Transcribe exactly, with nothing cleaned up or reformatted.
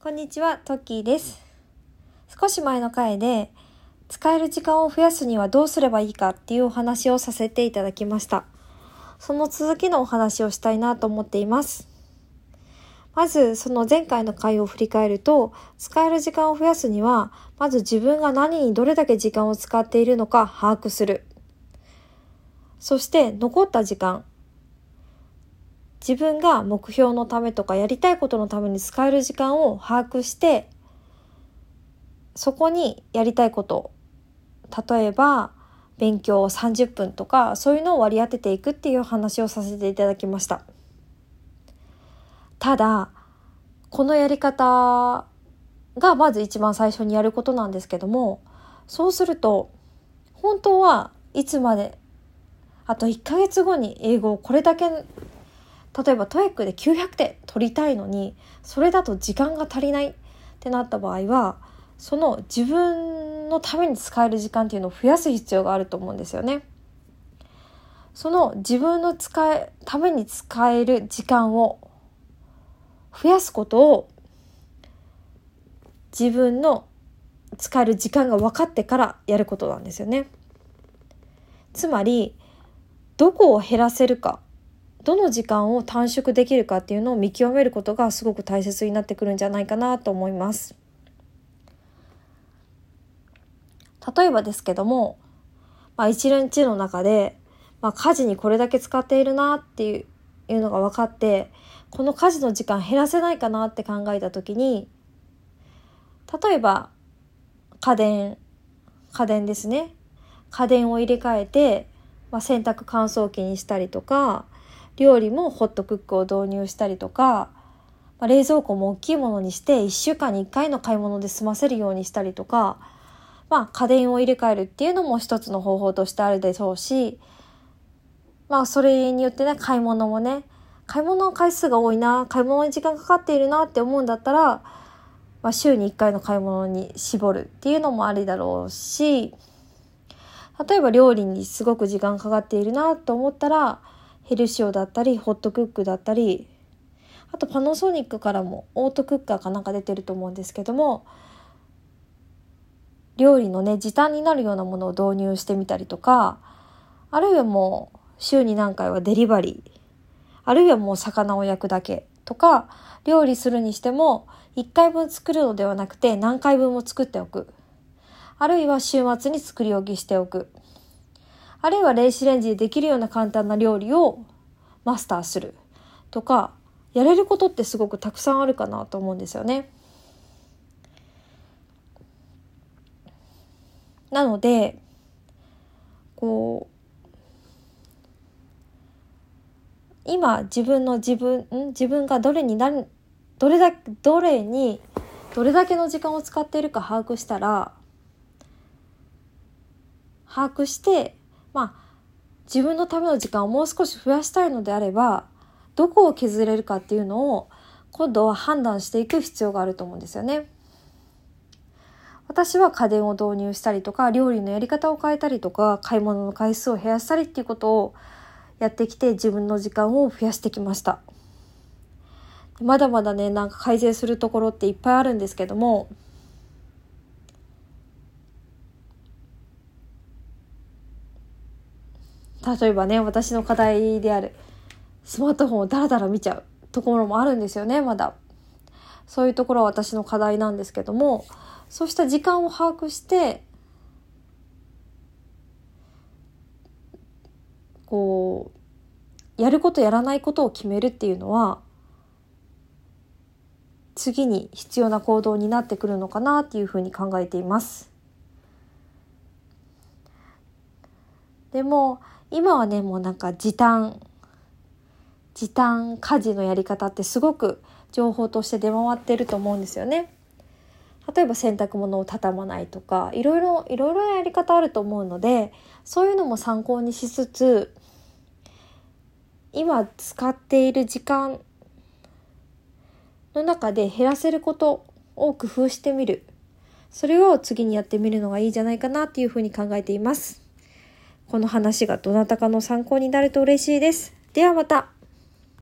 こんにちは、トッキーです。少し前の回で使える時間を増やすにはどうすればいいかっていうお話をさせていただきました。その続きのお話をしたいなと思っています。まずその前回の回を振り返ると、使える時間を増やすにはまず自分が何にどれだけ時間を使っているのか把握する。そして残った時間、自分が目標のためとかやりたいことのために使える時間を把握して、そこにやりたいこと、例えば勉強をさんじゅっぷんとかそういうのを割り当てていくっていう話をさせていただきました。ただこのやり方がまず一番最初にやることなんですけども、そうすると本当はいつまであといっかげつごに英語をこれだけ、例えばトイックできゅうひゃくてん取りたいのにそれだと時間が足りないってなった場合は、その自分のために使える時間っていうのを増やす必要があると思うんですよね。その自分の使えために使える時間を増やすことを自分の使える時間が分かってからやることなんですよね。つまりどこを減らせるか、どの時間を短縮できるかっていうのを見極めることがすごく大切になってくるんじゃないかなと思います。例えばですけども、まあ、一日の中で、まあ、家事にこれだけ使っているなっていう、いうのが分かって、この家事の時間減らせないかなって考えたときに、例えば家電家電ですね家電を入れ替えて、まあ、洗濯乾燥機にしたりとか、料理もホットクックを導入したりとか、まあ、冷蔵庫も大きいものにしていっしゅうかんにいっかいの買い物で済ませるようにしたりとか、まあ、家電を入れ替えるっていうのも一つの方法としてあるでしょうし、まあ、それによってね、買い物もね、買い物の回数が多いな、買い物に時間かかっているなって思うんだったら、まあ、週にいっかいの買い物に絞るっていうのもありだろうし、例えば料理にすごく時間かかっているなと思ったら、ヘルシオだったりホットクックだったり、あとパナソニックからもオートクッカーかなんか出てると思うんですけども、料理のね時短になるようなものを導入してみたりとか、あるいはもう週に何回はデリバリー、あるいはもう魚を焼くだけとか、料理するにしてもいっかいぶん作るのではなくて何回分も作っておく、あるいは週末に作り置きしておく、あるいは電子レンジでできるような簡単な料理をマスターするとか、やれることってすごくたくさんあるかなと思うんですよね。なのでこう今自分の自分ん自分がどれに何どれだどれにどれだけの時間を使っているか把握したら把握してまあ自分のための時間をもう少し増やしたいのであれば、どこを削れるかっていうのを今度は判断していく必要があると思うんですよね。私は家電を導入したりとか、料理のやり方を変えたりとか、買い物の回数を減らしたりっていうことをやってきて、自分の時間を増やしてきました。まだまだね、なんか改善するところっていっぱいあるんですけども、例えばね、私の課題であるスマートフォンをダラダラ見ちゃうところもあるんですよね。まだそういうところは私の課題なんですけども、そうした時間を把握してこうやることやらないことを決めるっていうのは次に必要な行動になってくるのかなっていうふうに考えています。でも今はね、もうなんか時短時短家事のやり方ってすごく情報として出回ってると思うんですよね。例えば洗濯物を畳まないとか、いろいろいろいろなやり方あると思うので、そういうのも参考にしつつ、今使っている時間の中で減らせることを工夫してみる、それを次にやってみるのがいいんじゃないかなっていうふうに考えています。この話がどなたかの参考になると嬉しいです。ではまた。